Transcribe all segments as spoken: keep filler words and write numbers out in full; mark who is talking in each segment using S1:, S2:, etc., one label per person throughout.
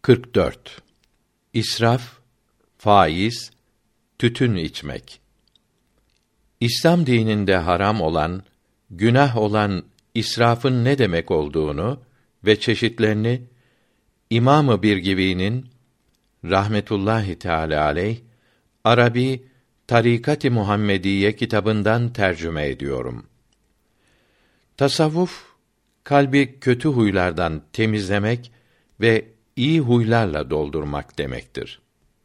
S1: kırk dört. İsraf, faiz, tütün içmek. İslam dininde haram olan, günah olan israfın ne demek olduğunu ve çeşitlerini İmam-ı Birgivi'nin rahmetullahi teâlâ aleyh Arabi Tarikat-ı Muhammediye kitabından tercüme ediyorum. Tasavvuf, kalbi kötü huylardan temizlemek ve iyi huylarla doldurmak demektir.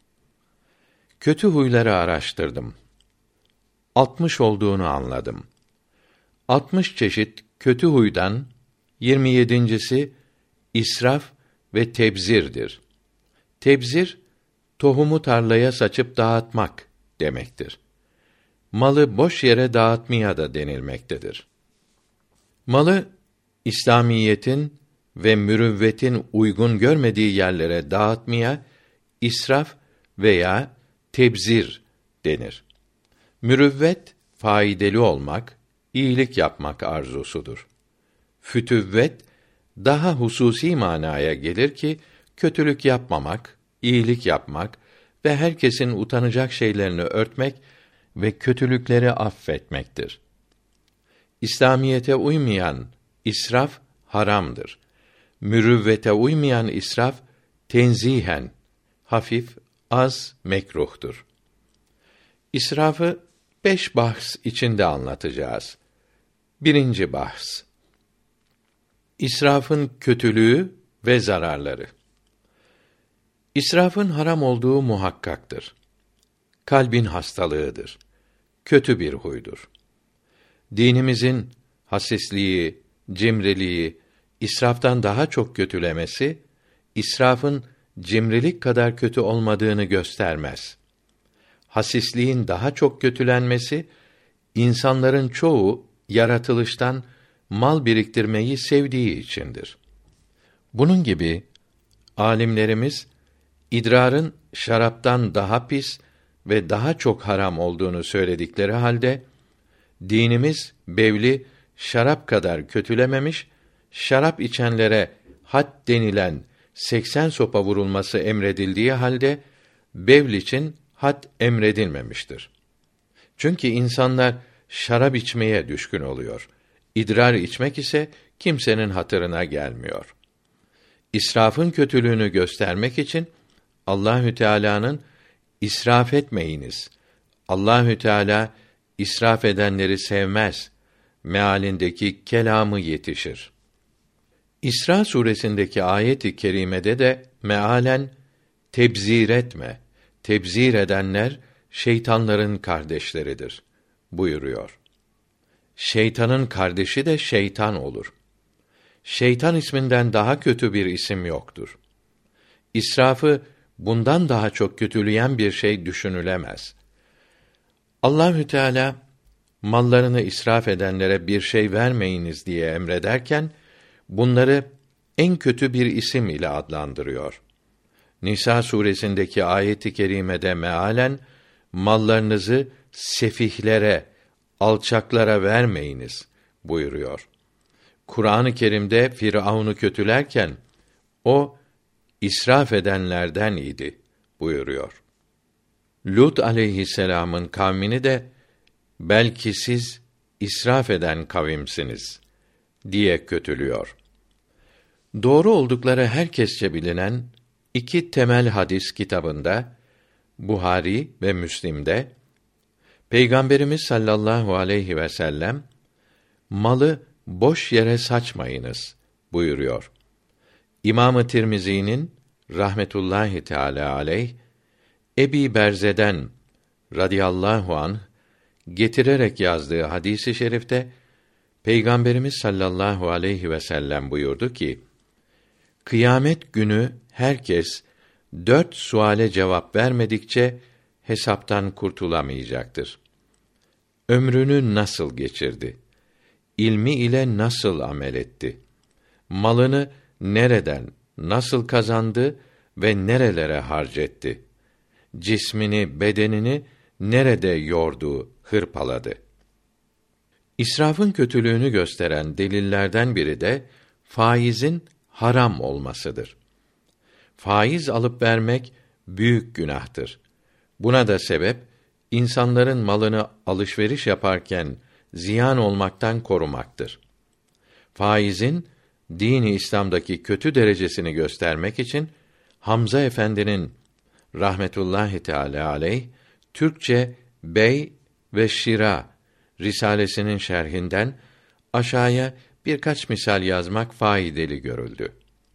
S1: Kötü huyları araştırdım. Altmış olduğunu anladım. Altmış çeşit kötü huydan yirmi yedincisi israf ve tebzirdir. Tebzir, tohumu tarlaya saçıp dağıtmak demektir. Malı boş yere dağıtmaya da denilmektedir. Malı, İslamiyetin ve mürüvvetin uygun görmediği yerlere dağıtmaya israf veya tebzir denir. Mürüvvet, faydalı olmak, iyilik yapmak arzusudur. Fütüvvet, daha hususi manaya gelir ki, kötülük yapmamak, iyilik yapmak ve herkesin utanacak şeylerini örtmek ve kötülükleri affetmektir. İslamiyete uymayan israf haramdır. Mürüvvete uymayan israf tenzihen, hafif, az mekruhtur. İsrafı beş bahs içinde anlatacağız. Birinci bahs. İsrafın kötülüğü ve zararları. İsrafın haram olduğu muhakkaktır. Kalbin hastalığıdır. Kötü bir huydur. Dinimizin hasisliği, cimriliği, israftan daha çok kötülemesi, israfın cimrilik kadar kötü olmadığını göstermez. Hasisliğin daha çok kötülenmesi, insanların çoğu yaratılıştan mal biriktirmeyi sevdiği içindir. Bunun gibi alimlerimiz idrarın şaraptan daha pis ve daha çok haram olduğunu söyledikleri halde dinimiz bevli şarap kadar kötülememiş, şarap içenlere had denilen seksen sopa vurulması emredildiği halde bevl için had emredilmemiştir. Çünkü insanlar şarap içmeye düşkün oluyor. İdrar içmek ise kimsenin hatırına gelmiyor. İsrafın kötülüğünü göstermek için Allahü Teala'nın israf etmeyiniz. Allahü Teala israf edenleri sevmez mealindeki kelamı yetişir. İsra suresindeki ayet-i kerimede de mealen tebzir etme. Tebzir edenler şeytanların kardeşleridir buyuruyor. Şeytanın kardeşi de şeytan olur. Şeytan isminden daha kötü bir isim yoktur. İsrafı bundan daha çok kötüleyen bir şey düşünülemez. Allahü Teala mallarını israf edenlere bir şey vermeyiniz diye emrederken bunları en kötü bir isim ile adlandırıyor. Nisa suresindeki ayet-i kerimede mealen mallarınızı sefihlere, alçaklara vermeyiniz buyuruyor. Kur'an-ı Kerim'de Firavun'u kötülerken o israf edenlerden idi buyuruyor. Lut aleyhisselam'ın kavmini de belki siz israf eden kavimsiniz diye kötülüyor. Doğru oldukları herkesçe bilinen iki temel hadis kitabında Buhari ve Müslim'de Peygamberimiz sallallahu aleyhi ve sellem malı boş yere saçmayınız buyuruyor. İmam-ı Tirmizi'nin rahmetullahi teâlâ aleyh Ebi Berze'den radıyallahu anh getirerek yazdığı hadisi i şerifte Peygamberimiz sallallahu aleyhi ve sellem buyurdu ki: Kıyamet günü herkes dört suale cevap vermedikçe hesaptan kurtulamayacaktır. Ömrünü nasıl geçirdi? İlmi ile nasıl amel etti? Malını nereden, nasıl kazandı ve nerelere harcetti? Cismini, bedenini nerede yordu, hırpaladı? İsrafın kötülüğünü gösteren delillerden biri de faizin haram olmasıdır. Faiz alıp vermek büyük günahtır. Buna da sebep insanların malını alışveriş yaparken ziyan olmaktan korumaktır. Faizin dini İslam'daki kötü derecesini göstermek için Hamza Efendi'nin rahmetullahi teâlâ aleyh Türkçe Bey ve Şira risalesinin şerhinden aşağıya birkaç misal yazmak faydalı görüldü.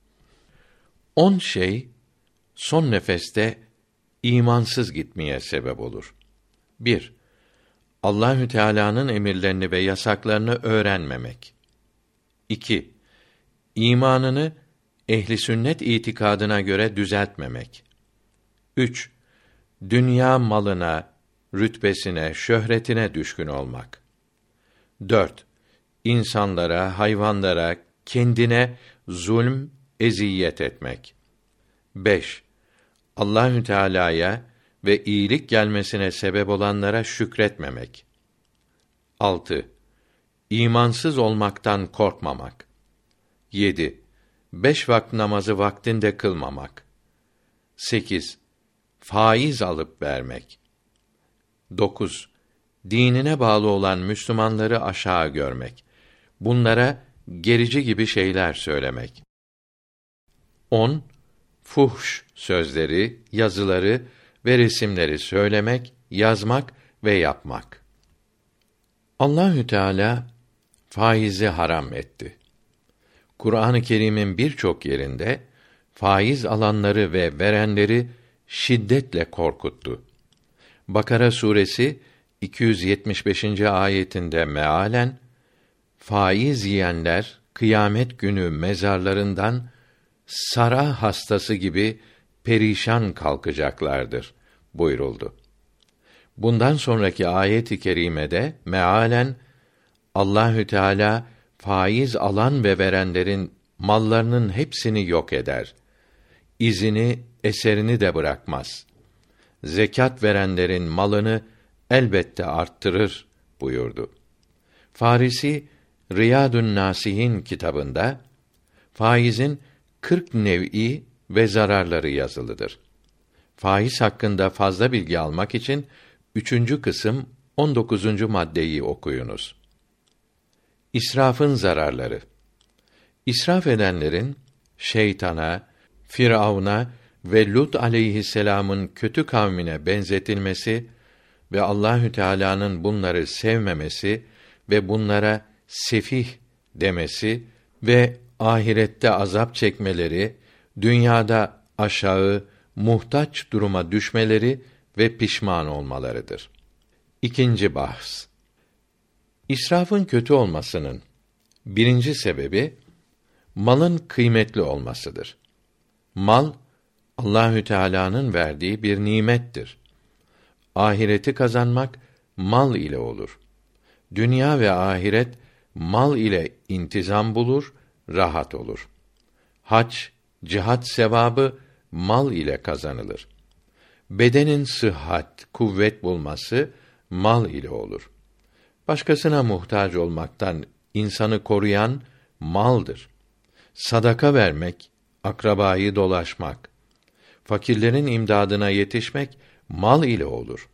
S1: On şey son nefeste imansız gitmeye sebep olur. bir. Allahü Teala'nın emirlerini ve yasaklarını öğrenmemek. iki. İmanını ehli sünnet itikadına göre düzeltmemek. üç. Dünya malına, rütbesine, şöhretine düşkün olmak. dört. İnsanlara, hayvanlara, kendine zulm, eziyet etmek. beş. Allahü Teala'ya ve iyilik gelmesine sebep olanlara şükretmemek. altı. İmansız olmaktan korkmamak. yedi. Beş vakit namazı vaktinde kılmamak. sekiz. Faiz alıp vermek. dokuz. Dinine bağlı olan Müslümanları aşağı görmek. Bunlara gerici gibi şeyler söylemek. on. Fuhş sözleri, yazıları ve resimleri söylemek, yazmak ve yapmak. Allahü Teala faizi haram etti. Kur'an-ı Kerim'in birçok yerinde faiz alanları ve verenleri şiddetle korkuttu. Bakara suresi iki yüz yetmiş beşinci ayetinde mealen faiz yiyenler kıyamet günü mezarlarından sara hastası gibi perişan kalkacaklardır buyuruldu. Bundan sonraki ayet-i kerimede mealen Allahü Teala faiz alan ve verenlerin mallarının hepsini yok eder. İzini, eserini de bırakmaz. Zekat verenlerin malını elbette arttırır buyurdu. Farisi Riyadun Nasihin kitabında faizin kırk nev'i ve zararları yazılıdır. Faiz hakkında fazla bilgi almak için üçüncü kısım on dokuzuncu maddeyi okuyunuz. İsrafın zararları. İsraf edenlerin şeytana, Firavun'a ve Lut aleyhisselam'ın kötü kavmine benzetilmesi ve Allahü Teala'nın bunları sevmemesi ve bunlara sefih demesi ve ahirette azap çekmeleri, dünyada aşağı, muhtaç duruma düşmeleri ve pişman olmalarıdır. İkinci bahs. İsrafın kötü olmasının birinci sebebi malın kıymetli olmasıdır. Mal Allahü Teala'nın verdiği bir nimettir. Ahireti kazanmak mal ile olur. Dünya ve ahiret mal ile intizam bulur, rahat olur. Hac, cihat sevabı mal ile kazanılır. Bedenin sıhhat, kuvvet bulması mal ile olur. Başkasına muhtaç olmaktan insanı koruyan maldır. Sadaka vermek, akrabayı dolaşmak, fakirlerin imdadına yetişmek mal ile olur.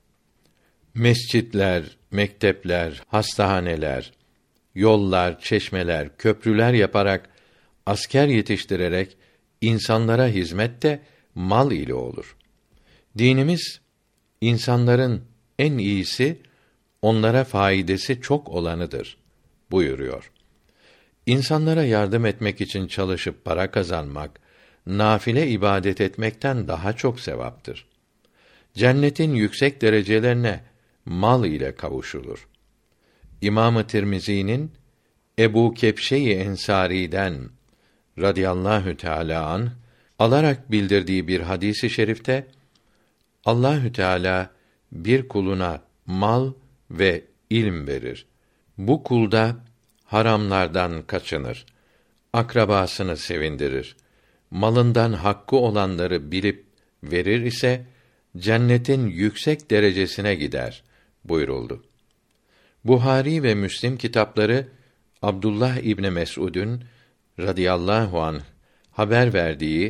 S1: Mescitler, mektepler, hastahaneler, yollar, çeşmeler, köprüler yaparak, asker yetiştirerek insanlara hizmet de mal ile olur. Dinimiz insanların en iyisi onlara faydası çok olanıdır buyuruyor. İnsanlara yardım etmek için çalışıp para kazanmak, nafile ibadet etmekten daha çok sevaptır. Cennetin yüksek derecelerine mal ile kavuşulur. İmam-ı Tirmizi'nin Ebu Kepşe-i Ensari'den radıyallahu teâlâ anh alarak bildirdiği bir hadisi i şerifte Allahü Teala bir kuluna mal ve ilm verir. Bu kulda haramlardan kaçınır, akrabasını sevindirir. Malından hakkı olanları bilip verir ise cennetin yüksek derecesine gider buyuruldu. Buhari ve Müslim kitapları Abdullah İbni Mes'ud'un radıyallahu anh haber verdiği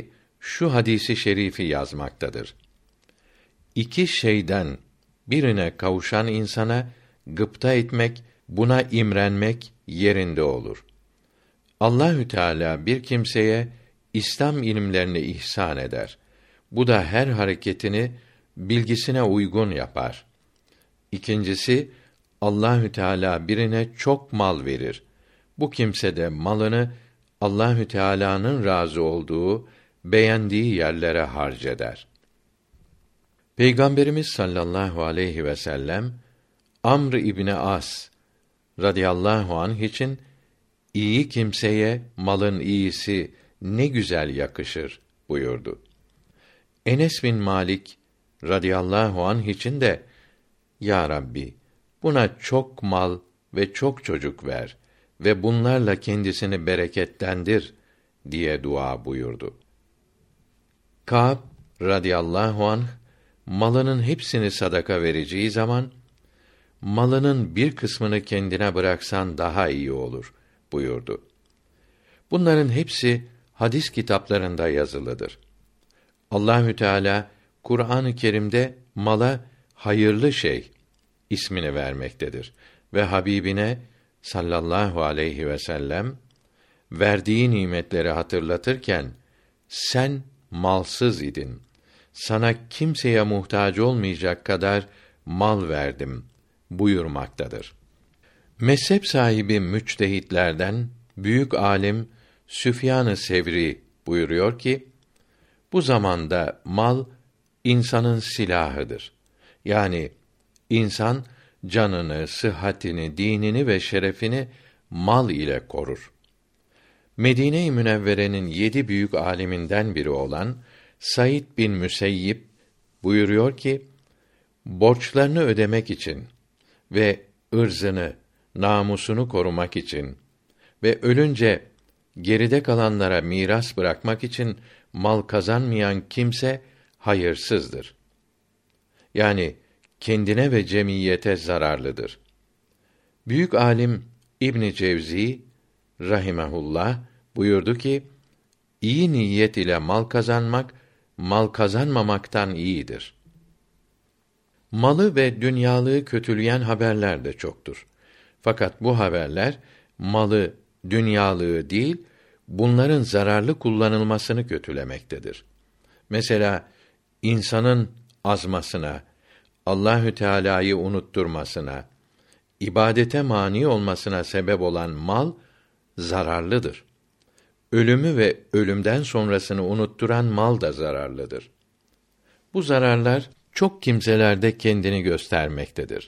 S1: şu hadisi şerifi yazmaktadır. İki şeyden birine kavuşan insana gıpta etmek, buna imrenmek yerinde olur. Allahü Teala bir kimseye İslam ilimlerini ihsan eder. Bu da her hareketini bilgisine uygun yapar. İkincisi, Allahü Teala birine çok mal verir. Bu kimse de malını Allahü Teala'nın razı olduğu, beğendiği yerlere harceder. Peygamberimiz sallallahu aleyhi ve sellem Amr İbni As radıyallahu anh için iyi kimseye malın iyisi ne güzel yakışır buyurdu. Enes bin Malik radıyallahu anh için de Ya Rabbi, buna çok mal ve çok çocuk ver ve bunlarla kendisini bereketlendir diye dua buyurdu. Kâb radıyallahu anh malının hepsini sadaka vereceği zaman malının bir kısmını kendine bıraksan daha iyi olur buyurdu. Bunların hepsi hadis kitaplarında yazılıdır. Allahü Teala Kur'an-ı Kerim'de mala hayırlı şey ismini vermektedir ve Habibine sallallahu aleyhi ve sellem verdiği nimetleri hatırlatırken sen malsız idin. Sana kimseye muhtaç olmayacak kadar mal verdim buyurmaktadır. Mezhep sahibi müçtehitlerden büyük alim Süfyan-ı Sevri buyuruyor ki, bu zamanda mal insanın silahıdır. Yani insan canını, sıhhatini, dinini ve şerefini mal ile korur. Medine-i Münevvere'nin yedi büyük aliminden biri olan Said bin Müseyyib buyuruyor ki, borçlarını ödemek için ve ırzını, namusunu korumak için ve ölünce geride kalanlara miras bırakmak için mal kazanmayan kimse hayırsızdır. Yani kendine ve cemiyete zararlıdır. Büyük alim İbn Cevzi rahimehullah buyurdu ki, iyi niyet ile mal kazanmak, mal kazanmamaktan iyidir. Malı ve dünyalığı kötüleyen haberler de çoktur. Fakat bu haberler malı, dünyalığı değil, bunların zararlı kullanılmasını kötülemektedir. Mesela insanın azmasına, Allahü Teala'yı unutturmasına, ibadete mani olmasına sebep olan mal zararlıdır. Ölümü ve ölümden sonrasını unutturan mal da zararlıdır. Bu zararlar çok kimselerde kendini göstermektedir.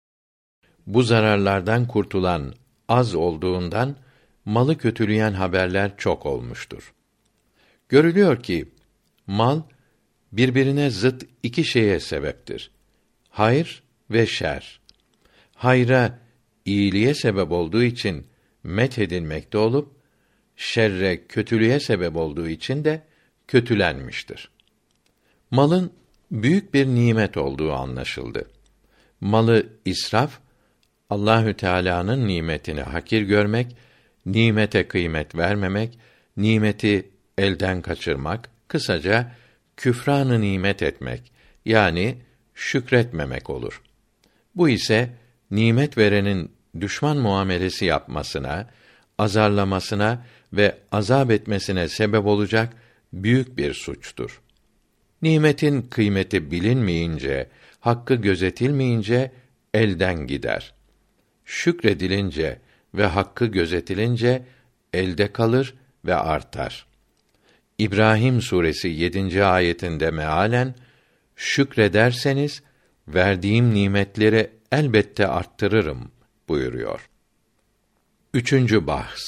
S1: Bu zararlardan kurtulan az olduğundan malı kötüleyen haberler çok olmuştur. Görülüyor ki mal birbirine zıt iki şeye sebeptir. Hayır ve şer. Hayra, iyiliğe sebep olduğu için methedilmekte olup, şerre, kötülüğe sebep olduğu için de kötülenmiştir. Malın büyük bir nimet olduğu anlaşıldı. Malı israf, Allahü Teala'nın nimetini hakir görmek, nimete kıymet vermemek, nimeti elden kaçırmak, kısaca küfran-ı nimet etmek, yani şükretmemek olur. Bu ise nimet verenin düşman muamelesi yapmasına, azarlamasına ve azap etmesine sebep olacak büyük bir suçtur. Nimetin kıymeti bilinmeyince, hakkı gözetilmeyince elden gider. Şükredilince ve hakkı gözetilince elde kalır ve artar. İbrahim suresi yedinci ayetinde mealen şükrederseniz verdiğim nimetleri elbette arttırırım buyuruyor. Üçüncü bahs.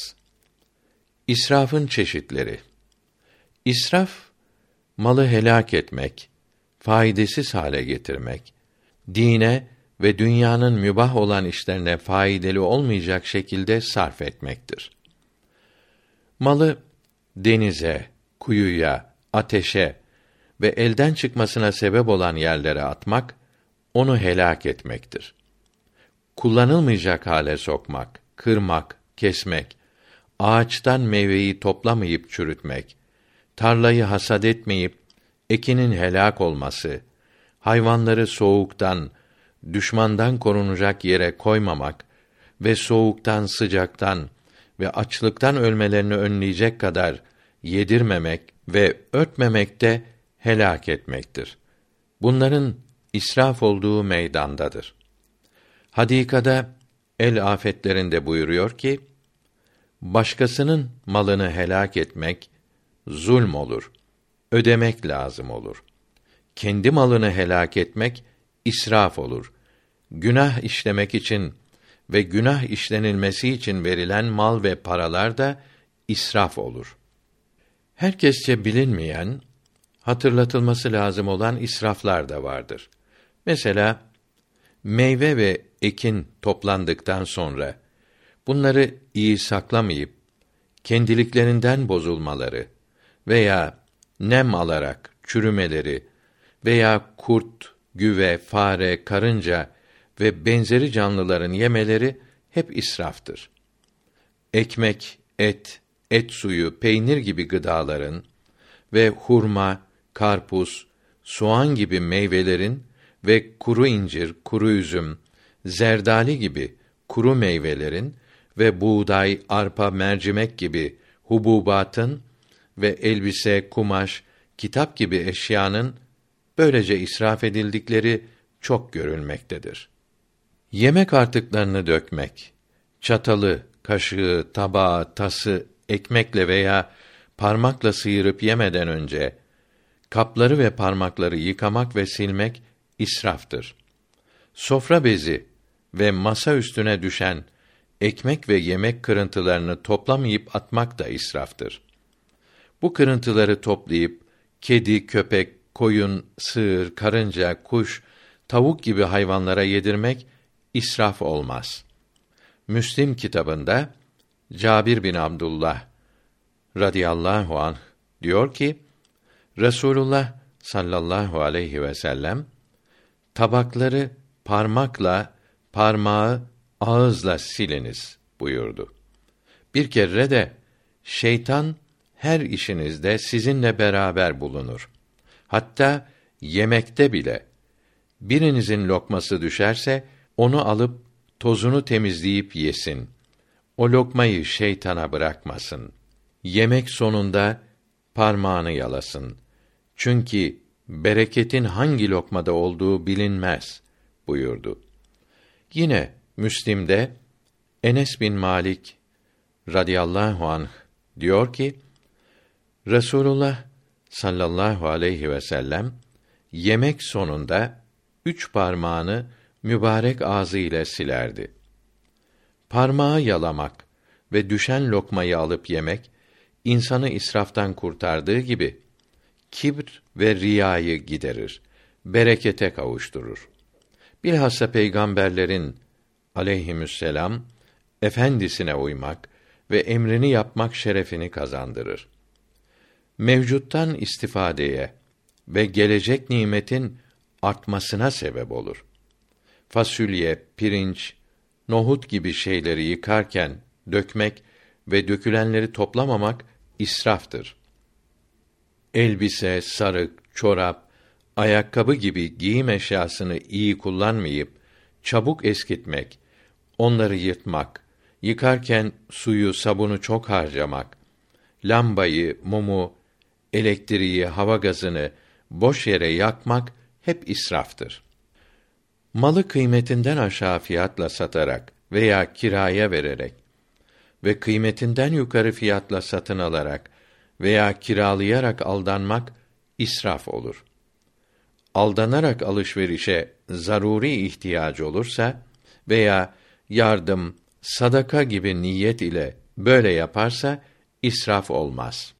S1: İsrafın çeşitleri. İsraf, malı helak etmek, faydasız hale getirmek, dine ve dünyanın mübah olan işlerine faydalı olmayacak şekilde sarf etmektir. Malı denize, kuyuya, ateşe ve elden çıkmasına sebep olan yerlere atmak, onu helak etmektir. Kullanılmayacak hale sokmak, kırmak, kesmek, ağaçtan meyveyi toplamayıp çürütmek, tarlayı hasat etmeyip ekinin helak olması, hayvanları soğuktan, düşmandan korunacak yere koymamak ve soğuktan, sıcaktan ve açlıktan ölmelerini önleyecek kadar yedirmemek ve örtmemek de helak etmektir. Bunların israf olduğu meydandadır. Hadikada el afetlerinde buyuruyor ki, başkasının malını helak etmek zulm olur. Ödemek lazım olur. Kendi malını helak etmek israf olur. Günah işlemek için ve günah işlenilmesi için verilen mal ve paralar da israf olur. Herkesçe bilinmeyen, hatırlatılması lazım olan israflar da vardır. Mesela meyve ve ekin toplandıktan sonra bunları iyi saklamayıp kendiliklerinden bozulmaları veya nem alarak çürümeleri veya kurt, güve, fare, karınca ve benzeri canlıların yemeleri hep israftır. Ekmek, et, et suyu, peynir gibi gıdaların ve hurma, karpuz, soğan gibi meyvelerin ve kuru incir, kuru üzüm, zerdali gibi kuru meyvelerin ve buğday, arpa, mercimek gibi hububatın ve elbise, kumaş, kitap gibi eşyanın böylece israf edildikleri çok görülmektedir. Yemek artıklarını dökmek, çatalı, kaşığı, tabağı, tası ekmekle veya parmakla sıyırıp yemeden önce kapları ve parmakları yıkamak ve silmek israftır. Sofra bezi ve masa üstüne düşen ekmek ve yemek kırıntılarını toplamayıp atmak da israftır. Bu kırıntıları toplayıp kedi, köpek, koyun, sığır, karınca, kuş, tavuk gibi hayvanlara yedirmek israf olmaz. Müslim kitabında Cabir bin Abdullah radıyallahu anh diyor ki, Resulullah sallallahu aleyhi ve sellem tabakları parmakla, parmağı ağızla siliniz buyurdu. Bir kere de şeytan her işinizde sizinle beraber bulunur. Hatta yemekte bile birinizin lokması düşerse onu alıp tozunu temizleyip yesin. O lokmayı şeytana bırakmasın. Yemek sonunda parmağını yalasın. Çünkü bereketin hangi lokmada olduğu bilinmez buyurdu. Yine Müslim'de Enes bin Malik radıyallahu anh diyor ki, Resulullah sallallahu aleyhi ve sellem yemek sonunda üç parmağını mübarek ağzı ile silerdi. Parmağı yalamak ve düşen lokmayı alıp yemek insanı israftan kurtardığı gibi kibr ve riyayı giderir, berekete kavuşturur. Bilhassa peygamberlerin aleyhisselam efendisine uymak ve emrini yapmak şerefini kazandırır. Mevcuttan istifadeye ve gelecek nimetin artmasına sebep olur. Fasulye, pirinç, nohut gibi şeyleri yıkarken dökmek ve dökülenleri toplamamak israftır. Elbise, sarık, çorap, ayakkabı gibi giyim eşyasını iyi kullanmayıp çabuk eskitmek, onları yırtmak, yıkarken suyu, sabunu çok harcamak, lambayı, mumu, elektriği, hava gazını boş yere yakmak hep israftır. Malı kıymetinden aşağı fiyatla satarak veya kiraya vererek ve kıymetinden yukarı fiyatla satın alarak veya kiralayarak aldanmak israf olur. Aldanarak alışverişe zaruri ihtiyacı olursa veya yardım, sadaka gibi niyet ile böyle yaparsa israf olmaz.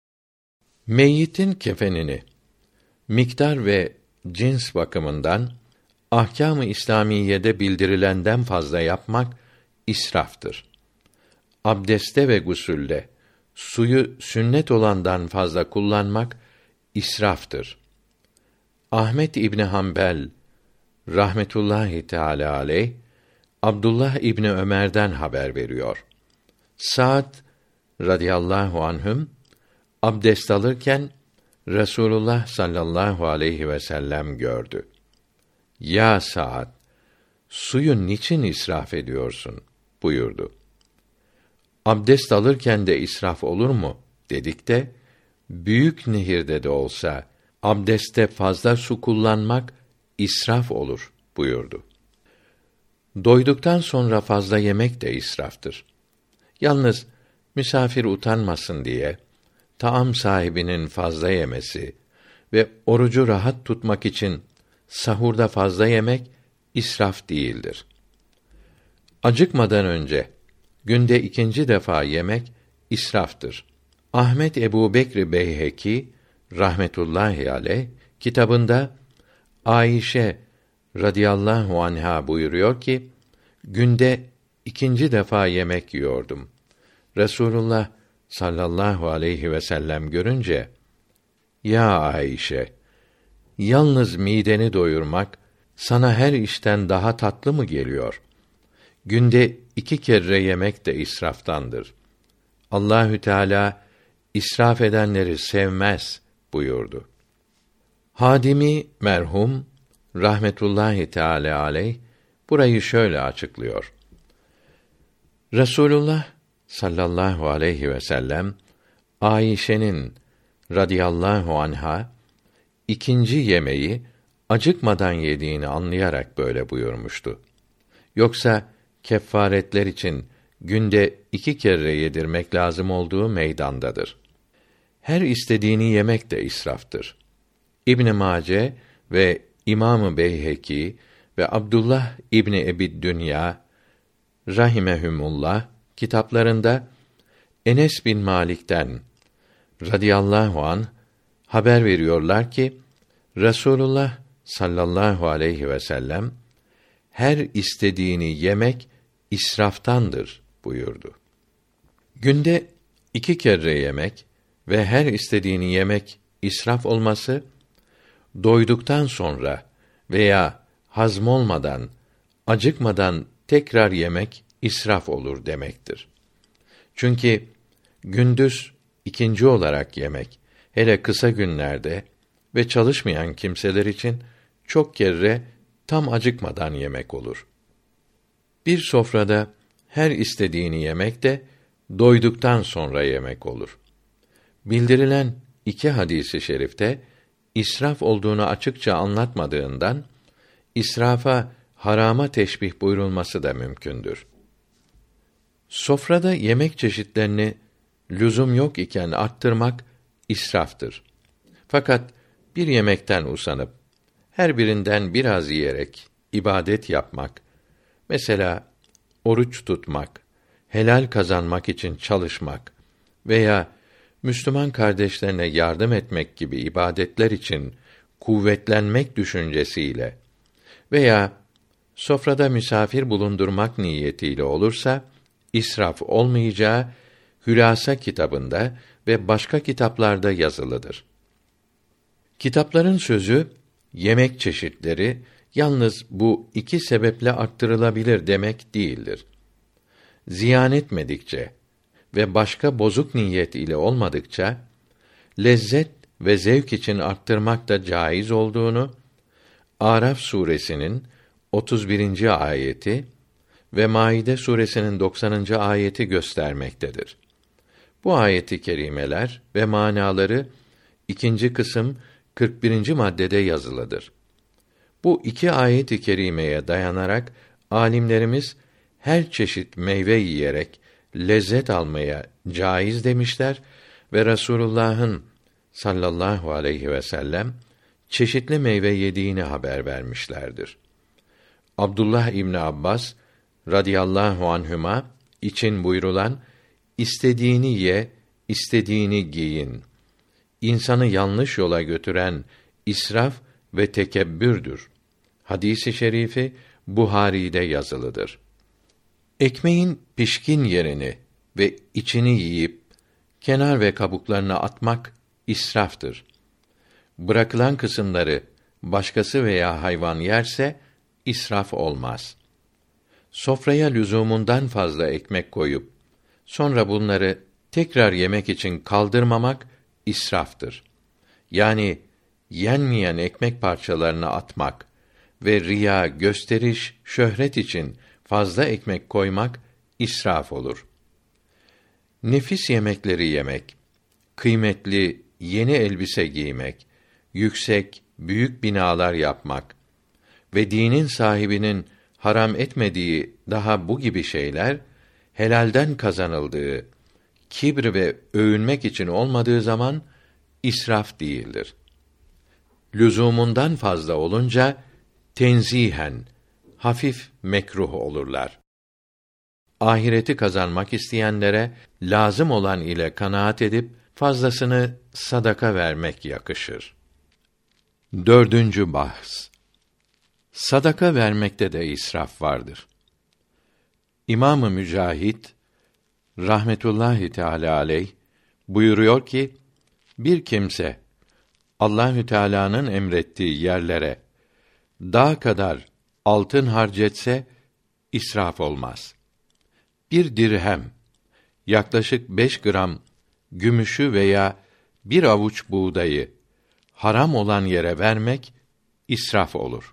S1: Meyyitin kefenini miktar ve cins bakımından ahkâm-ı İslamiyede bildirilenden fazla yapmak israftır. Abdeste ve gusülde suyu sünnet olandan fazla kullanmak israftır. Ahmet İbni Hanbel rahmetullahi teâlâ aleyh Abdullah İbni Ömer'den haber veriyor. Sa'd radıyallahu anhüm abdest alırken Resulullah sallallahu aleyhi ve sellem gördü. "Ya Sa'd, suyu niçin israf ediyorsun?" buyurdu. "Abdest alırken de israf olur mu?" dedik de, "Büyük nehirde de olsa abdeste fazla su kullanmak israf olur." buyurdu. Doyduktan sonra fazla yemek de israftır. Yalnız misafir utanmasın diye taam sahibinin fazla yemesi ve orucu rahat tutmak için sahurda fazla yemek israf değildir. Acıkmadan önce günde ikinci defa yemek israftır. Ahmet Ebu Bekr Beyheki rahmetullahi aleyh kitabında Ayşe radıyallahu anha buyuruyor ki, günde ikinci defa yemek yiyordum. Resulullah sallallahu aleyhi ve sellem görünce, "Ya Ayşe, yalnız mideni doyurmak sana her işten daha tatlı mı geliyor? Günde iki kere yemek de israftandır. Allahü Teala israf edenleri sevmez." buyurdu. Hadimi merhum rahmetullahi teâlâ aleyh burayı şöyle açıklıyor. Resulullah sallallahu aleyhi ve sellem Ayşe'nin radıyallahu anha ikinci yemeği acıkmadan yediğini anlayarak böyle buyurmuştu. Yoksa kefaretler için günde iki kere yedirmek lazım olduğu meydandadır. Her istediğini yemek de israftır. İbn Mace ve İmam-ı Beyheki ve Abdullah İbni Ebi Dünya rahimehumullah kitaplarında Enes bin Malik'ten radıyallahu anh haber veriyorlar ki Resulullah sallallahu aleyhi ve sellem her istediğini yemek israftandır buyurdu. Günde iki kere yemek ve her istediğini yemek israf olması, doyduktan sonra veya hazmolmadan, acıkmadan tekrar yemek israf olur demektir. Çünkü gündüz ikinci olarak yemek, hele kısa günlerde ve çalışmayan kimseler için çok kere tam acıkmadan yemek olur. Bir sofrada her istediğini yemek de doyduktan sonra yemek olur. Bildirilen iki hadisi şerifte israf olduğunu açıkça anlatmadığından israfa harama teşbih buyurulması da mümkündür. Sofrada yemek çeşitlerini lüzum yok iken arttırmak israftır. Fakat bir yemekten usanıp her birinden biraz yiyerek ibadet yapmak, mesela oruç tutmak, helal kazanmak için çalışmak veya Müslüman kardeşlerine yardım etmek gibi ibadetler için kuvvetlenmek düşüncesiyle veya sofrada misafir bulundurmak niyetiyle olursa israf olmayacağı Hülasa kitabında ve başka kitaplarda yazılıdır. Kitapların sözü yemek çeşitleri yalnız bu iki sebeple arttırılabilir demek değildir. Ziyan etmedikçe ve başka bozuk niyet ile olmadıkça lezzet ve zevk için arttırmak da caiz olduğunu Araf suresinin otuz birinci ayeti ve Maide suresinin doksanıncı ayeti göstermektedir. Bu ayeti kerimeler ve manaları ikinci kısım kırk birinci maddede yazılıdır. Bu iki ayet-i kerimeye dayanarak alimlerimiz her çeşit meyve yiyerek lezzet almaya caiz demişler ve Resulullah'ın sallallahu aleyhi ve sellem çeşitli meyve yediğini haber vermişlerdir. Abdullah İbni Abbas radıyallahu anhüma için buyurulan istediğini ye, istediğini giyin, insanı yanlış yola götüren israf ve tekebbürdür hadisi şerifi Buhari'de yazılıdır. Ekmeğin pişkin yerini ve içini yiyip kenar ve kabuklarını atmak israftır. Bırakılan kısımları başkası veya hayvan yerse israf olmaz. Sofraya lüzumundan fazla ekmek koyup sonra bunları tekrar yemek için kaldırmamak israftır. Yani yenmeyen ekmek parçalarını atmak ve riya, gösteriş, şöhret için fazla ekmek koymak israf olur. Nefis yemekleri yemek, kıymetli yeni elbise giymek, yüksek, büyük binalar yapmak ve dinin sahibinin haram etmediği daha bu gibi şeyler, helalden kazanıldığı, kibr ve övünmek için olmadığı zaman israf değildir. Lüzumundan fazla olunca tenzihen, hafif mekruh olurlar. Ahireti kazanmak isteyenlere lazım olan ile kanaat edip fazlasını sadaka vermek yakışır. Dördüncü bahs. Sadaka vermekte de israf vardır. İmam-ı Mücahit rahmetullahi teâlâ aleyh buyuruyor ki, bir kimse Allahü Teala'nın emrettiği yerlere dağ kadar altın harcetse israf olmaz. Bir dirhem, yaklaşık beş gram gümüşü veya bir avuç buğdayı haram olan yere vermek israf olur.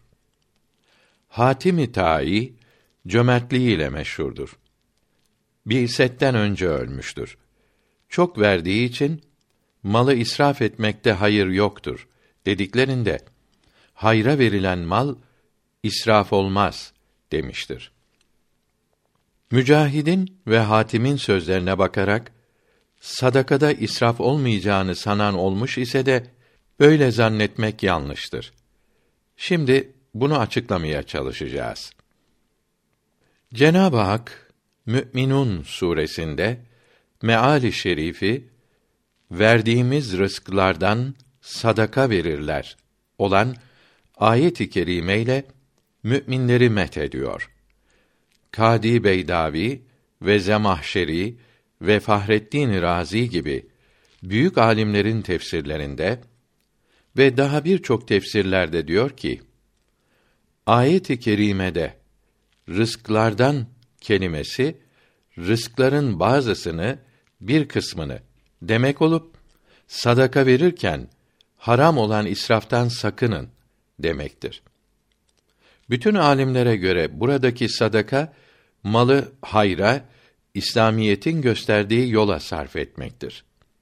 S1: Hatim-i Tâi cömertliğiyle meşhurdur. Bi'setten önce ölmüştür. Çok verdiği için malı israf etmekte hayır yoktur dediklerinde, hayra verilen mal israf olmaz demiştir. Mücahid'in ve Hatim'in sözlerine bakarak sadakada israf olmayacağını sanan olmuş ise de böyle zannetmek yanlıştır. Şimdi bunu açıklamaya çalışacağız. Cenab-ı Hak Mü'minun suresinde meali şerifi verdiğimiz rızklardan sadaka verirler olan ayet-i kerimeyle müminleri methediyor. Kâdi Beydavi ve Zemahşeri ve Fahreddin Razi gibi büyük alimlerin tefsirlerinde ve daha birçok tefsirlerde diyor ki, ayet-i kerimede rızklardan kelimesi rızkların bazısını, bir kısmını demek olup sadaka verirken haram olan israftan sakının demektir. Bütün alimlere göre buradaki sadaka malı hayra, İslamiyetin gösterdiği yola sarf etmektir.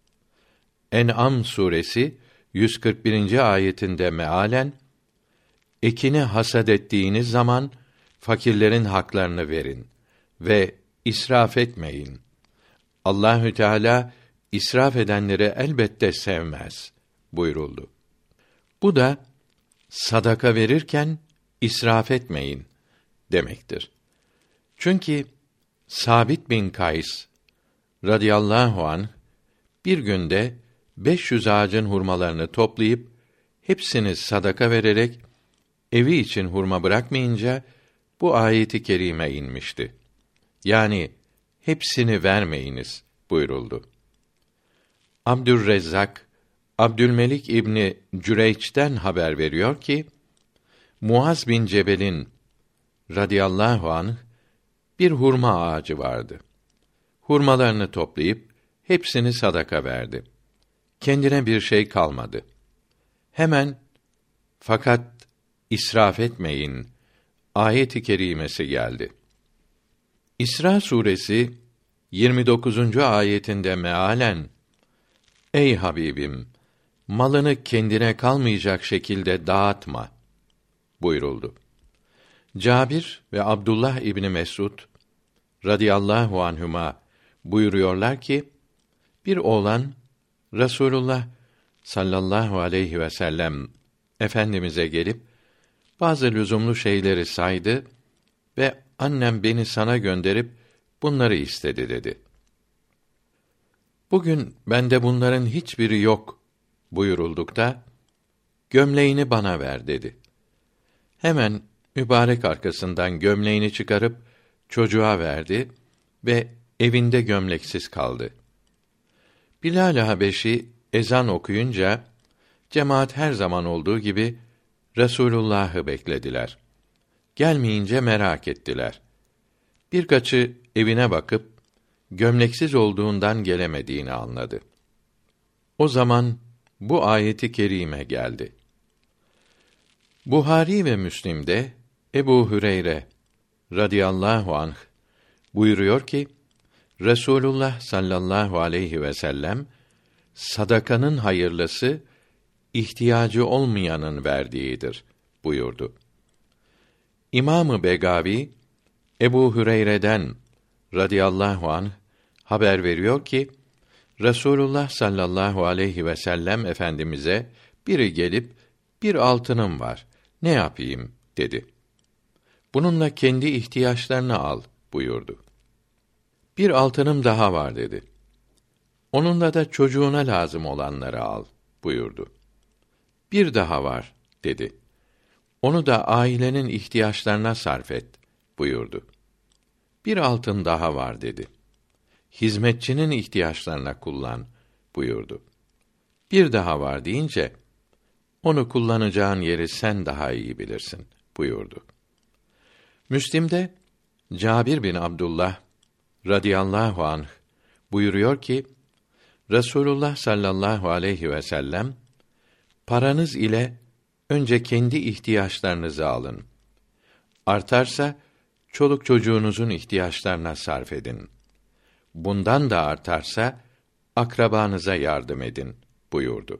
S1: En'am suresi yüz kırk birinci ayetinde mealen, ekini hasad ettiğiniz zaman fakirlerin haklarını verin ve israf etmeyin. Allahü Teala israf edenleri elbette sevmez buyuruldu. Bu da sadaka verirken israf etmeyin demektir. Çünkü Sabit bin Kays radıyallahu anh bir günde beş yüz ağacın hurmalarını toplayıp hepsini sadaka vererek evi için hurma bırakmayınca bu ayeti kerime inmişti. Yani hepsini vermeyiniz buyuruldu. Abdürrezzak Abdülmelik İbni Cüreyç'ten haber veriyor ki, Muaz bin Cebel'in radıyallahu anh bir hurma ağacı vardı. Hurmalarını toplayıp hepsini sadaka verdi. Kendine bir şey kalmadı. Hemen fakat israf etmeyin ayet-i kerimesi geldi. İsra suresi yirmi dokuzuncu ayetinde mealen, ey Habibim, malını kendine kalmayacak şekilde dağıtma buyuruldu. Cabir ve Abdullah İbni Mesud radıyallahu anhuma buyuruyorlar ki, bir oğlan Resulullah sallallahu aleyhi ve sellem efendimize gelip bazı lüzumlu şeyleri saydı ve annem beni sana gönderip bunları istedi dedi. Bugün bende bunların hiçbiri yok buyuruldukta, gömleğini bana ver dedi. Hemen mübarek arkasından gömleğini çıkarıp çocuğa verdi ve evinde gömleksiz kaldı. Bilal-i Habeşi ezan okuyunca cemaat her zaman olduğu gibi Resulullah'ı beklediler. Gelmeyince merak ettiler. Birkaçı evine bakıp gömleksiz olduğundan gelemediğini anladı. O zaman bu ayeti kerime geldi. Buhari ve Müslim'de Ebu Hüreyre radıyallahu anh buyuruyor ki, Resulullah sallallahu aleyhi ve sellem, sadakanın hayırlısı, ihtiyacı olmayanın verdiğidir buyurdu. İmam-ı Begavi, Ebu Hüreyre'den radıyallahu anh haber veriyor ki, Resulullah sallallahu aleyhi ve sellem Efendimize biri gelip, bir altınım var, ne yapayım dedi. Bununla kendi ihtiyaçlarını al buyurdu. Bir altınım daha var dedi. Onunla da çocuğuna lazım olanları al buyurdu. Bir daha var dedi. Onu da ailenin ihtiyaçlarına sarf et buyurdu. Bir altın daha var dedi. Hizmetçinin ihtiyaçlarına kullan buyurdu. Bir daha var deyince, onu kullanacağın yeri sen daha iyi bilirsin buyurdu. Müslim'de Cabir bin Abdullah radıyallahu anh buyuruyor ki, Resulullah sallallahu aleyhi ve sellem, paranız ile önce kendi ihtiyaçlarınızı alın. Artarsa, çoluk çocuğunuzun ihtiyaçlarına sarf edin. Bundan da artarsa, akrabanıza yardım edin buyurdu.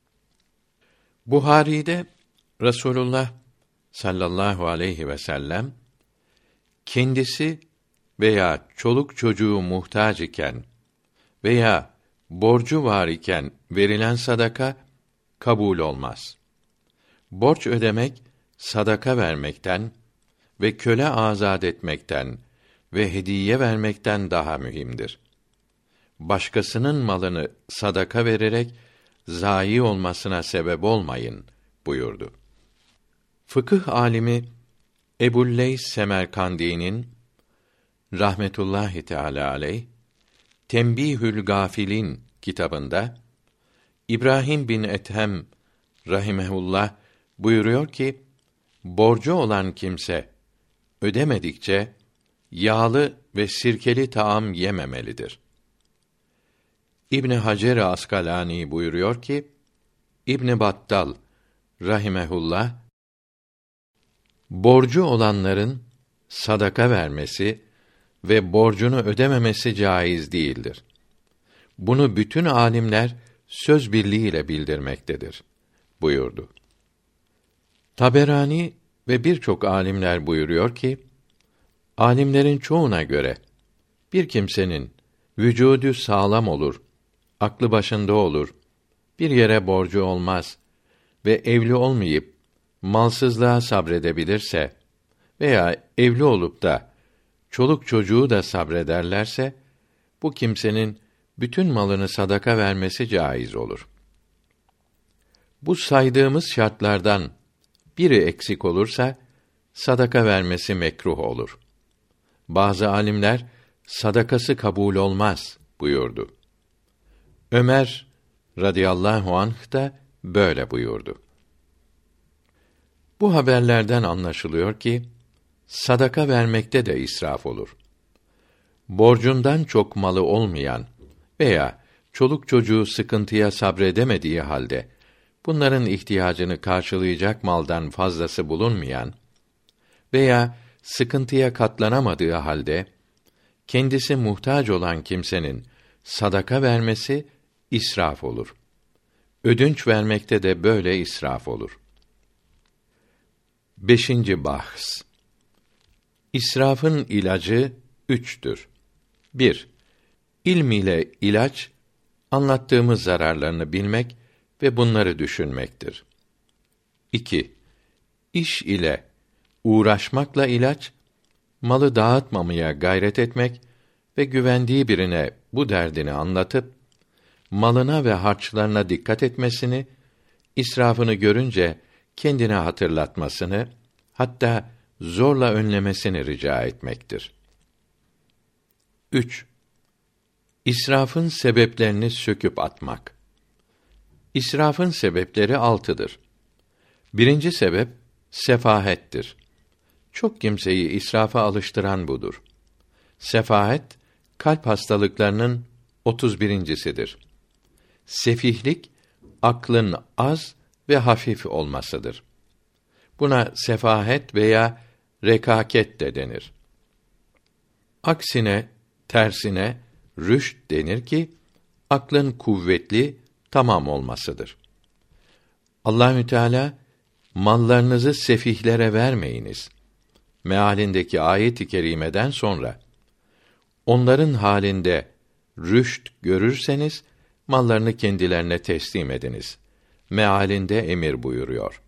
S1: Buhari'de Resulullah sallallahu aleyhi ve sellem, kendisi veya çoluk çocuğu muhtaç iken veya borcu var iken verilen sadaka kabul olmaz. Borç ödemek, sadaka vermekten ve köle azad etmekten ve hediye vermekten daha mühimdir. Başkasının malını sadaka vererek zayi olmasına sebep olmayın buyurdu. Fıkıh alimi Ebu'l-Leys Semerkandi'nin rahmetullahi teâlâ aleyh Tembihül Gâfilin kitabında İbrahim bin Ethem rahimehullah buyuruyor ki, borcu olan kimse ödemedikçe yağlı ve sirkeli taam yememelidir. İbn Hacer Askalani buyuruyor ki, İbn Battal rahimehullah, borcu olanların sadaka vermesi ve borcunu ödememesi caiz değildir. Bunu bütün alimler söz birliğiyle bildirmektedir buyurdu. Taberani ve birçok alimler buyuruyor ki, alimlerin çoğuna göre bir kimsenin vücudu sağlam olur, aklı başında olur, bir yere borcu olmaz ve evli olmayıp malsızlığa sabredebilirse veya evli olup da çoluk çocuğu da sabrederlerse, bu kimsenin bütün malını sadaka vermesi caiz olur. Bu saydığımız şartlardan biri eksik olursa, sadaka vermesi mekruh olur. Bazı alimler, sadakası kabul olmaz buyurdu. Ömer radıyallahu anh da böyle buyurdu. Bu haberlerden anlaşılıyor ki, sadaka vermekte de israf olur. Borcundan çok malı olmayan veya çoluk çocuğu sıkıntıya sabredemediği halde, bunların ihtiyacını karşılayacak maldan fazlası bulunmayan veya sıkıntıya katlanamadığı halde, kendisi muhtaç olan kimsenin sadaka vermesi israf olur. Ödünç vermekte de böyle israf olur. Beşinci bahs. İsrafın ilacı üçtür. Bir, ilm ile ilaç, anlattığımız zararlarını bilmek ve bunları düşünmektir. İki, iş ile uğraşmakla ilaç, malı dağıtmamaya gayret etmek ve güvendiği birine bu derdini anlatıp, malına ve harçlarına dikkat etmesini, israfını görünce kendine hatırlatmasını, hatta zorla önlemesini rica etmektir. Üç, İsrafın sebeplerini söküp atmak. İsrafın sebepleri altıdır. Birinci sebep, sefahettir. Çok kimseyi israfa alıştıran budur. Sefahet, kalp hastalıklarının otuz birincisidir. Sefihlik, aklın az ve hafif olmasıdır. Buna sefahet veya rekaket de denir. Aksine, tersine rüşt denir ki, aklın kuvvetli, tamam olmasıdır. Allahü Teala, mallarınızı sefihlere vermeyiniz mealindeki ayet-i kerimeden sonra, onların halinde rüşt görürseniz, mallarını kendilerine teslim ediniz mealinde emir buyuruyor.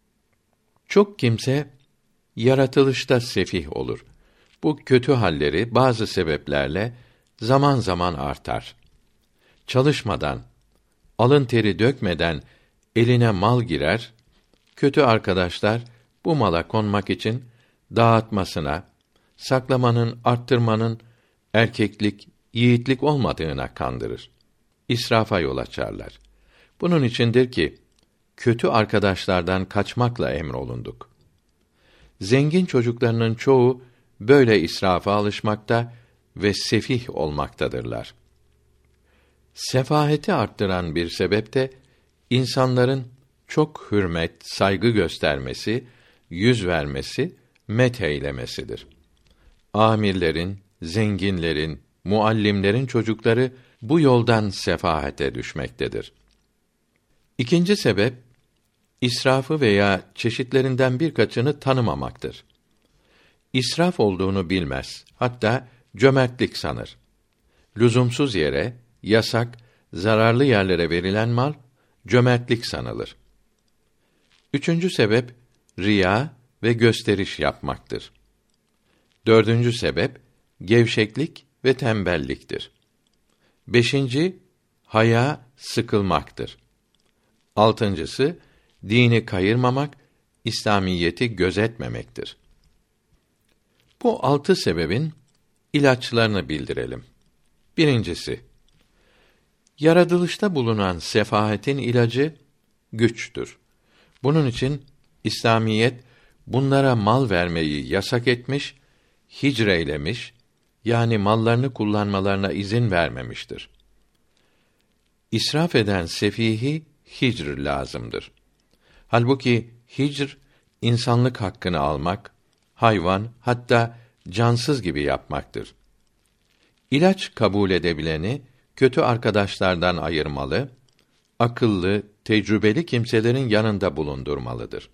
S1: Çok kimse, yaratılışta sefih olur. Bu kötü halleri bazı sebeplerle zaman zaman artar. Çalışmadan, alın teri dökmeden eline mal girer, kötü arkadaşlar bu mala konmak için dağıtmasına, saklamanın, arttırmanın erkeklik, yiğitlik olmadığına kandırır. İsrafa yol açarlar. Bunun içindir ki kötü arkadaşlardan kaçmakla emrolunduk. Zengin çocuklarının çoğu böyle israfa alışmakta ve sefih olmaktadırlar. Sefaheti arttıran bir sebep de insanların çok hürmet, saygı göstermesi, yüz vermesi, metheylemesidir. Amirlerin, zenginlerin, muallimlerin çocukları bu yoldan sefahete düşmektedir. İkinci sebep, israfı veya çeşitlerinden birkaçını tanımamaktır. İsraf olduğunu bilmez, hatta cömertlik sanır. Lüzumsuz yere, yasak, zararlı yerlere verilen mal, cömertlik sanılır. Üçüncü sebep, riya ve gösteriş yapmaktır. Dördüncü sebep, gevşeklik ve tembelliktir. Beşinci, haya, sıkılmaktır. Altıncısı, dini kayırmamak, İslamiyeti gözetmemektir. Bu altı sebebin ilaçlarını bildirelim. Birincisi, yaratılışta bulunan sefahetin ilacı güçtür. Bunun için İslamiyet bunlara mal vermeyi yasak etmiş, hicreylemiş, yani mallarını kullanmalarına izin vermemiştir. İsraf eden sefihi hicr lazımdır. Halbuki hicr insanlık hakkını almak, hayvan, hatta cansız gibi yapmaktır. İlaç kabul edebileni kötü arkadaşlardan ayırmalı, akıllı, tecrübeli kimselerin yanında bulundurmalıdır.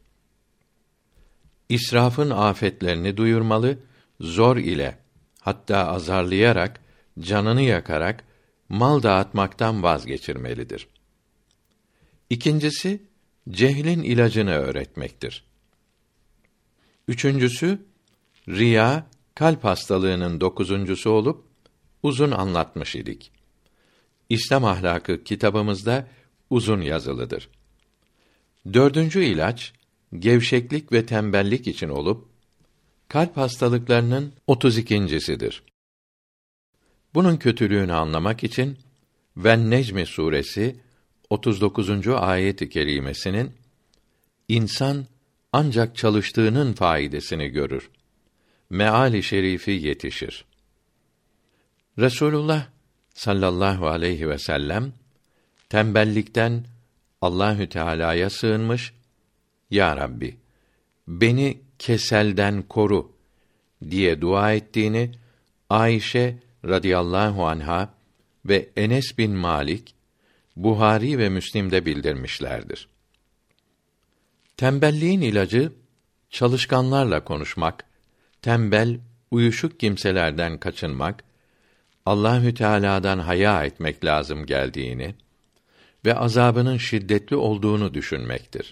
S1: İsrafın afetlerini duyurmalı, zor ile, hatta azarlayarak, canını yakarak mal dağıtmaktan vazgeçirmelidir. İkincisi, cehlin ilacını öğretmektir. Üçüncüsü, riya, kalp hastalığının dokuzuncusu olup, uzun anlatmış idik. İslam ahlakı kitabımızda uzun yazılıdır. Dördüncü ilaç, gevşeklik ve tembellik için olup, kalp hastalıklarının otuz ikincisidir. Bunun kötülüğünü anlamak için, Ven-Necm suresi otuz dokuzuncu ayet-i kerimesinin, insan ancak çalıştığının faidesini görür, meali şerifi yetişir. Resulullah sallallahu aleyhi ve sellem tembellikten Allahü Teala'ya sığınmış, Ya Rabbi, beni keselden koru diye dua ettiğini Ayşe radıyallahu anha ve Enes bin Malik Buhari ve Müslim'de bildirmişlerdir. Tembelliğin ilacı çalışkanlarla konuşmak, tembel, uyuşuk kimselerden kaçınmak, Allahü Teala'dan haya etmek lazım geldiğini ve azabının şiddetli olduğunu düşünmektir.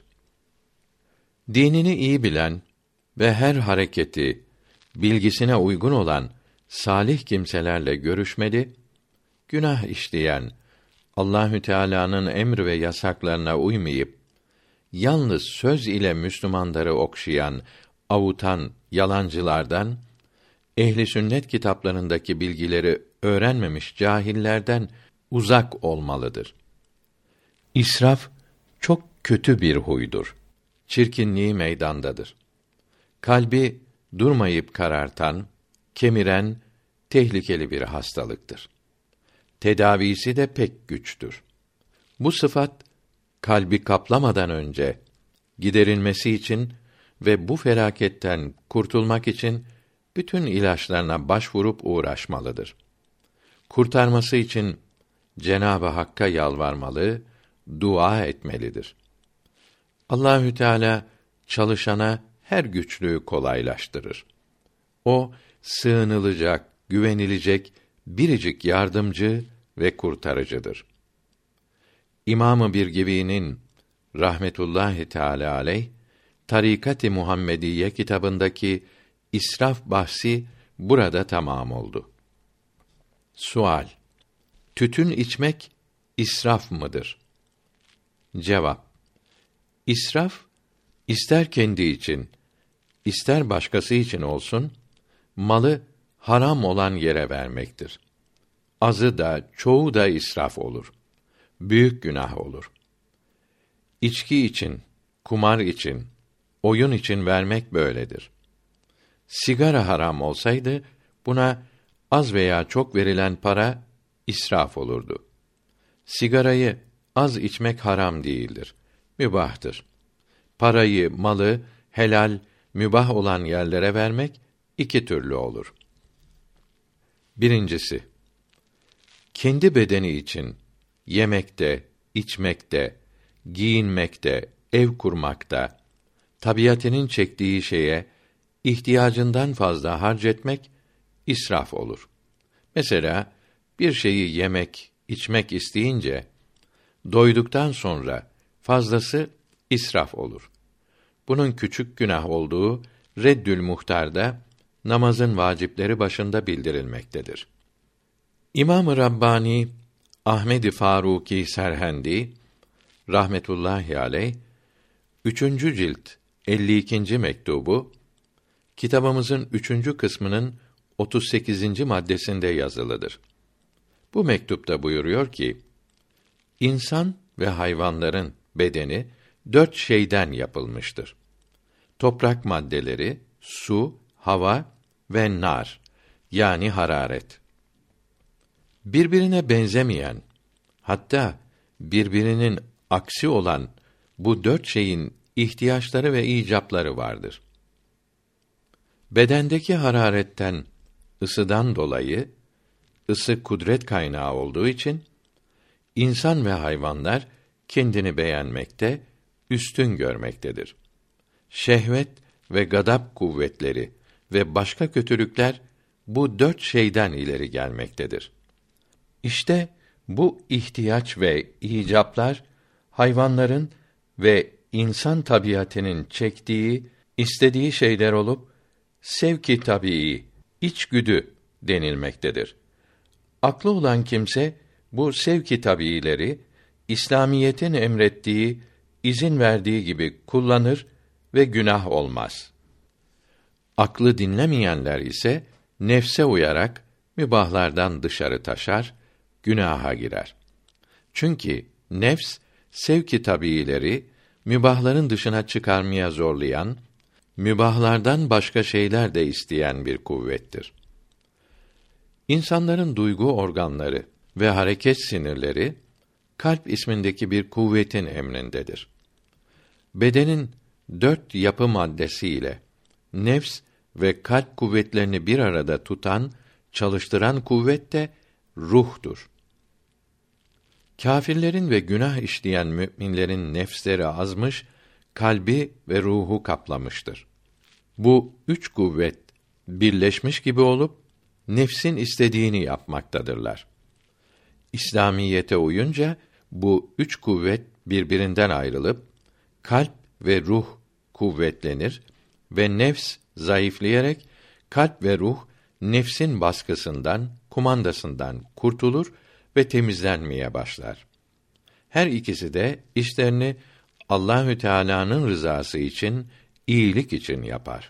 S1: Dinini iyi bilen ve her hareketi bilgisine uygun olan salih kimselerle görüşmeli, günah işleyen, Allahü Teala'nın emr ve yasaklarına uymayıp yalnız söz ile Müslümanları okşayan, avutan yalancılardan, ehli sünnet kitaplarındaki bilgileri öğrenmemiş cahillerden uzak olmalıdır. İsraf çok kötü bir huydur. Çirkinliği meydandadır. Kalbi durmayıp karartan, kemiren tehlikeli bir hastalıktır. Tedavisi de pek güçtür. Bu sıfat kalbi kaplamadan önce giderilmesi için ve bu felaketten kurtulmak için bütün ilaçlarına başvurup uğraşmalıdır. Kurtarması için Cenab-ı Hakk'a yalvarmalı, dua etmelidir. Allahü Teala çalışana her güçlüğü kolaylaştırır. O sığınılacak, güvenilecek biricik yardımcı ve kurtarıcıdır. İmam-ı Birgivi'nin rahmetullahi teâlâ aleyh Tarikat-ı Muhammediye kitabındaki israf bahsi burada tamam oldu. Sual: Tütün içmek israf mıdır? Cevap: İsraf, ister kendi için, ister başkası için olsun, malı haram olan yere vermektir. Azı da, çoğu da israf olur. Büyük günah olur. İçki için, kumar için, oyun için vermek böyledir. Sigara haram olsaydı, buna az veya çok verilen para israf olurdu. Sigarayı az içmek haram değildir, mübahtır. Parayı, malı helal, mübah olan yerlere vermek iki türlü olur. Birincisi, kendi bedeni için yemekte, içmekte, giyinmekte, ev kurmakta, tabiatının çektiği şeye ihtiyacından fazla harcetmek israf olur. Mesela bir şeyi yemek, içmek isteyince doyduktan sonra fazlası israf olur. Bunun küçük günah olduğu Reddül Muhtar'da namazın vacipleri başında bildirilmektedir. İmam-ı Rabbani Ahmed-i Faruki Serhendi rahmetullahi aleyh üçüncü cilt elli ikinci mektubu kitabımızın üçüncü kısmının otuz sekizinci maddesinde yazılıdır. Bu mektupta buyuruyor ki: İnsan ve hayvanların bedeni dört şeyden yapılmıştır. Toprak maddeleri, su, hava ve nar, yani hararet. Birbirine benzemeyen, hatta birbirinin aksi olan bu dört şeyin ihtiyaçları ve icapları vardır. Bedendeki hararetten, ısıdan dolayı, ısı kudret kaynağı olduğu için, insan ve hayvanlar kendini beğenmekte, üstün görmektedir. Şehvet ve gadap kuvvetleri ve başka kötülükler bu dört şeyden ileri gelmektedir. İşte bu ihtiyaç ve icaplar hayvanların ve insan tabiatının çektiği, istediği şeyler olup sevk-i tabii, içgüdü denilmektedir. Aklı olan kimse bu sevk-i tabiileri İslamiyetin emrettiği, izin verdiği gibi kullanır ve günah olmaz. Aklı dinlemeyenler ise nefse uyarak mübahlardan dışarı taşar, günaha girer. Çünkü nefs sevk-i tabiileri mübahların dışına çıkarmaya zorlayan, mübahlardan başka şeyler de isteyen bir kuvvettir. İnsanların duygu organları ve hareket sinirleri kalp ismindeki bir kuvvetin emrindedir. Bedenin dört yapı maddesiyle nefs ve kalp kuvvetlerini bir arada tutan, çalıştıran kuvvet de ruhtur. Kâfirlerin ve günah işleyen müminlerin nefsleri azmış, kalbi ve ruhu kaplamıştır. Bu üç kuvvet birleşmiş gibi olup nefsin istediğini yapmaktadırlar. İslamiyete uyunca bu üç kuvvet birbirinden ayrılıp kalp ve ruh kuvvetlenir ve nefs zayıflayarak kalp ve ruh nefsin baskısından, kumandasından kurtulur ve temizlenmeye başlar. Her ikisi de işlerini Allahü Teala'nın rızası için, iyilik için yapar.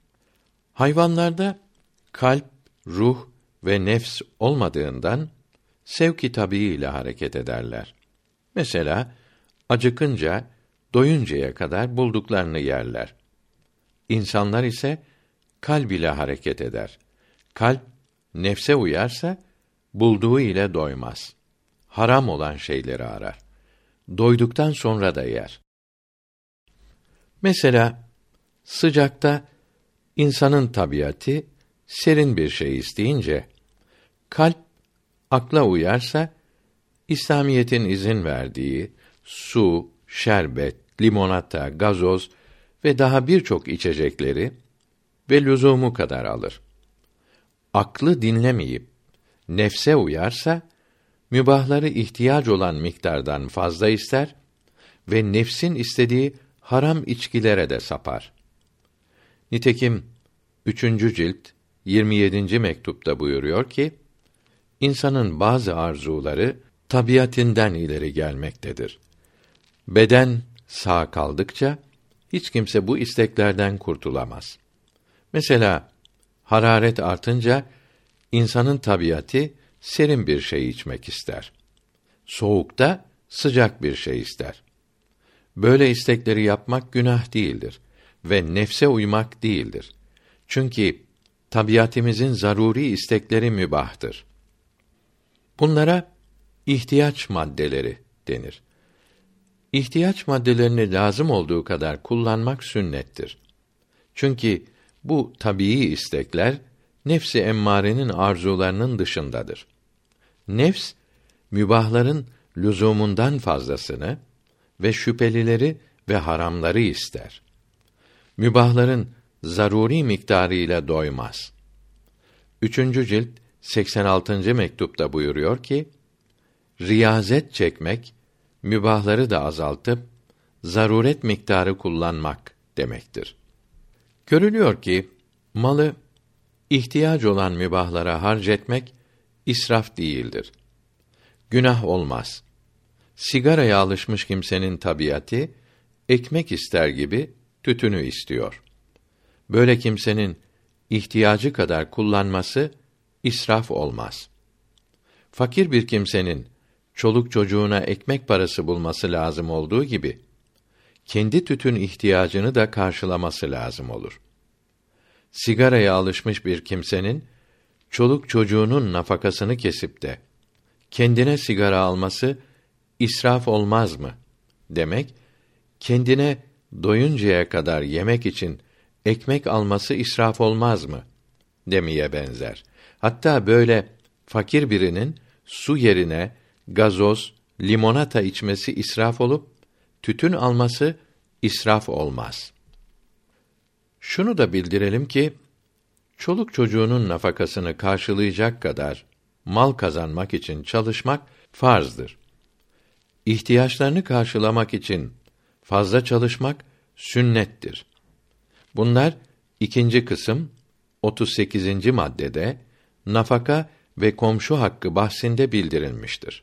S1: Hayvanlarda kalp, ruh ve nefs olmadığından sevk-i tabii ile hareket ederler. Mesela acıkınca doyuncaya kadar bulduklarını yerler. İnsanlar ise kalb ile hareket eder. Kalp nefse uyarsa bulduğu ile doymaz. Haram olan şeyleri arar. doyduktan sonra da yer. Mesela sıcakta insanın tabiatı serin bir şey isteyince, kalp akla uyarsa İslamiyetin izin verdiği su, şerbet, limonata, gazoz ve daha birçok içecekleri ve lüzumu kadar alır. Aklı dinlemeyip nefse uyarsa mübahları ihtiyaç olan miktardan fazla ister ve nefsin istediği haram içkilere de sapar. Nitekim üçüncü cilt yirmi yedinci mektupta buyuruyor ki, insanın bazı arzuları tabiatinden ileri gelmektedir. Beden sağ kaldıkça hiç kimse bu isteklerden kurtulamaz. Mesela hararet artınca insanın tabiatı serin bir şey içmek ister. Soğukta sıcak bir şey ister. Böyle istekleri yapmak günah değildir ve nefse uymak değildir. Çünkü tabiatimizin zaruri istekleri mübahtır. Bunlara ihtiyaç maddeleri denir. İhtiyaç maddelerini lazım olduğu kadar kullanmak sünnettir. Çünkü bu tabii istekler nefs-i emmârenin arzularının dışındadır. Nefs mübahların lüzumundan fazlasını ve şüphelileri ve haramları ister. Mübahların zaruri miktarıyla doymaz. Üçüncü cilt seksen altıncı mektupta buyuruyor ki, riyazet çekmek, mübahları da azaltıp, zaruret miktarı kullanmak demektir. Görülüyor ki, malı, ihtiyaç olan mübahlara harcetmek, israf değildir. Günah olmaz. Sigaraya alışmış kimsenin tabiatı, ekmek ister gibi tütünü istiyor. Böyle kimsenin ihtiyacı kadar kullanması, israf olmaz. Fakir bir kimsenin çoluk çocuğuna ekmek parası bulması lazım olduğu gibi kendi tütün ihtiyacını da karşılaması lazım olur. Sigaraya alışmış bir kimsenin çoluk çocuğunun nafakasını kesip de kendine sigara alması israf olmaz mı? Demek kendine doyuncaya kadar yemek için ekmek alması israf olmaz mı? Demeye benzer. Hatta böyle fakir birinin su yerine gazoz, limonata içmesi israf olup tütün alması israf olmaz. Şunu da bildirelim ki çoluk çocuğunun nafakasını karşılayacak kadar mal kazanmak için çalışmak farzdır. İhtiyaçlarını karşılamak için fazla çalışmak sünnettir. Bunlar ikinci kısım otuz sekizinci maddede nafaka ve komşu hakkı bahsinde bildirilmiştir.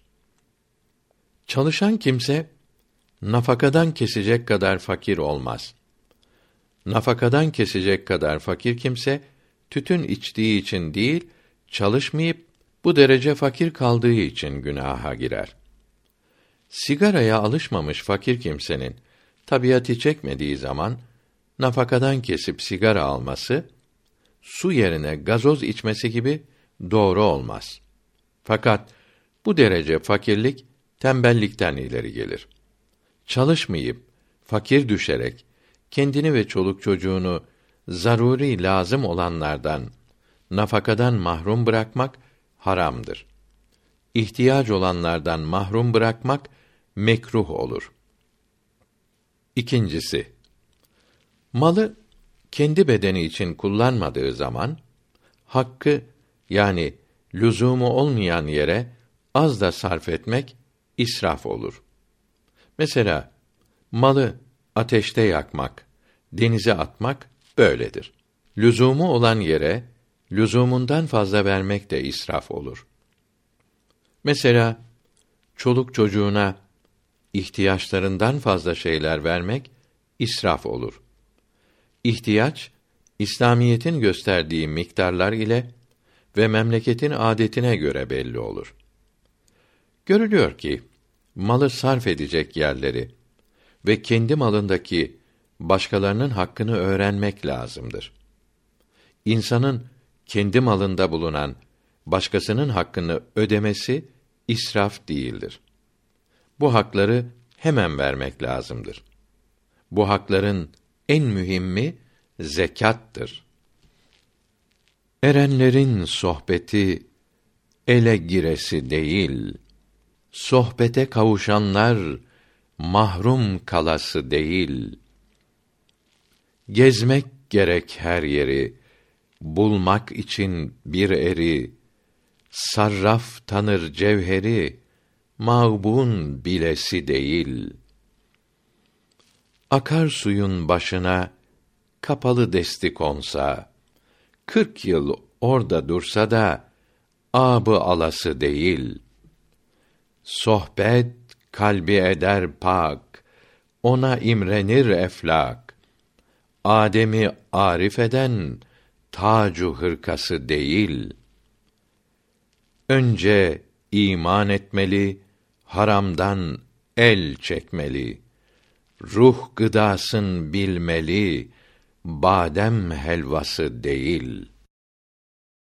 S1: Çalışan kimse nafakadan kesecek kadar fakir olmaz. Nafakadan kesecek kadar fakir kimse tütün içtiği için değil, çalışmayıp bu derece fakir kaldığı için günaha girer. Sigaraya alışmamış fakir kimsenin tabiatı çekmediği zaman nafakadan kesip sigara alması su yerine gazoz içmesi gibi doğru olmaz. Fakat bu derece fakirlik tembellikten ileri gelir. Çalışmayıp fakir düşerek kendini ve çoluk çocuğunu zaruri lazım olanlardan nafakadan mahrum bırakmak haramdır. İhtiyaç olanlardan mahrum bırakmak mekruh olur. İkincisi, malı kendi bedeni için kullanmadığı zaman hakkı yani lüzumu olmayan yere az da sarf etmek israf olur. Mesela malı ateşte yakmak, denize atmak böyledir. Lüzumu olan yere lüzumundan fazla vermek de israf olur. Mesela çoluk çocuğuna ihtiyaçlarından fazla şeyler vermek israf olur. İhtiyaç İslamiyetin gösterdiği miktarlar ile ve memleketin adetine göre belli olur. Görülüyor ki malı sarf edecek yerleri ve kendi malındaki başkalarının hakkını öğrenmek lazımdır. İnsanın kendi malında bulunan başkasının hakkını ödemesi israf değildir. Bu hakları hemen vermek lazımdır. Bu hakların en mühimi zekattır. Erenlerin sohbeti ele giresi değil, sohbete kavuşanlar mahrum kalası değil. Gezmek gerek her yeri, bulmak için bir eri, sarraf tanır cevheri, mağbun bilesi değil. Akarsuyun başına kapalı desti konsa, kırk yıl orada dursa da âbı alası değil. Sohbet kalbi eder pak, ona imrenir eflak. Adem'i arif eden tacu hırkası değil. Önce iman etmeli, haramdan el çekmeli. Ruh gıdasın bilmeli, badem helvası değil.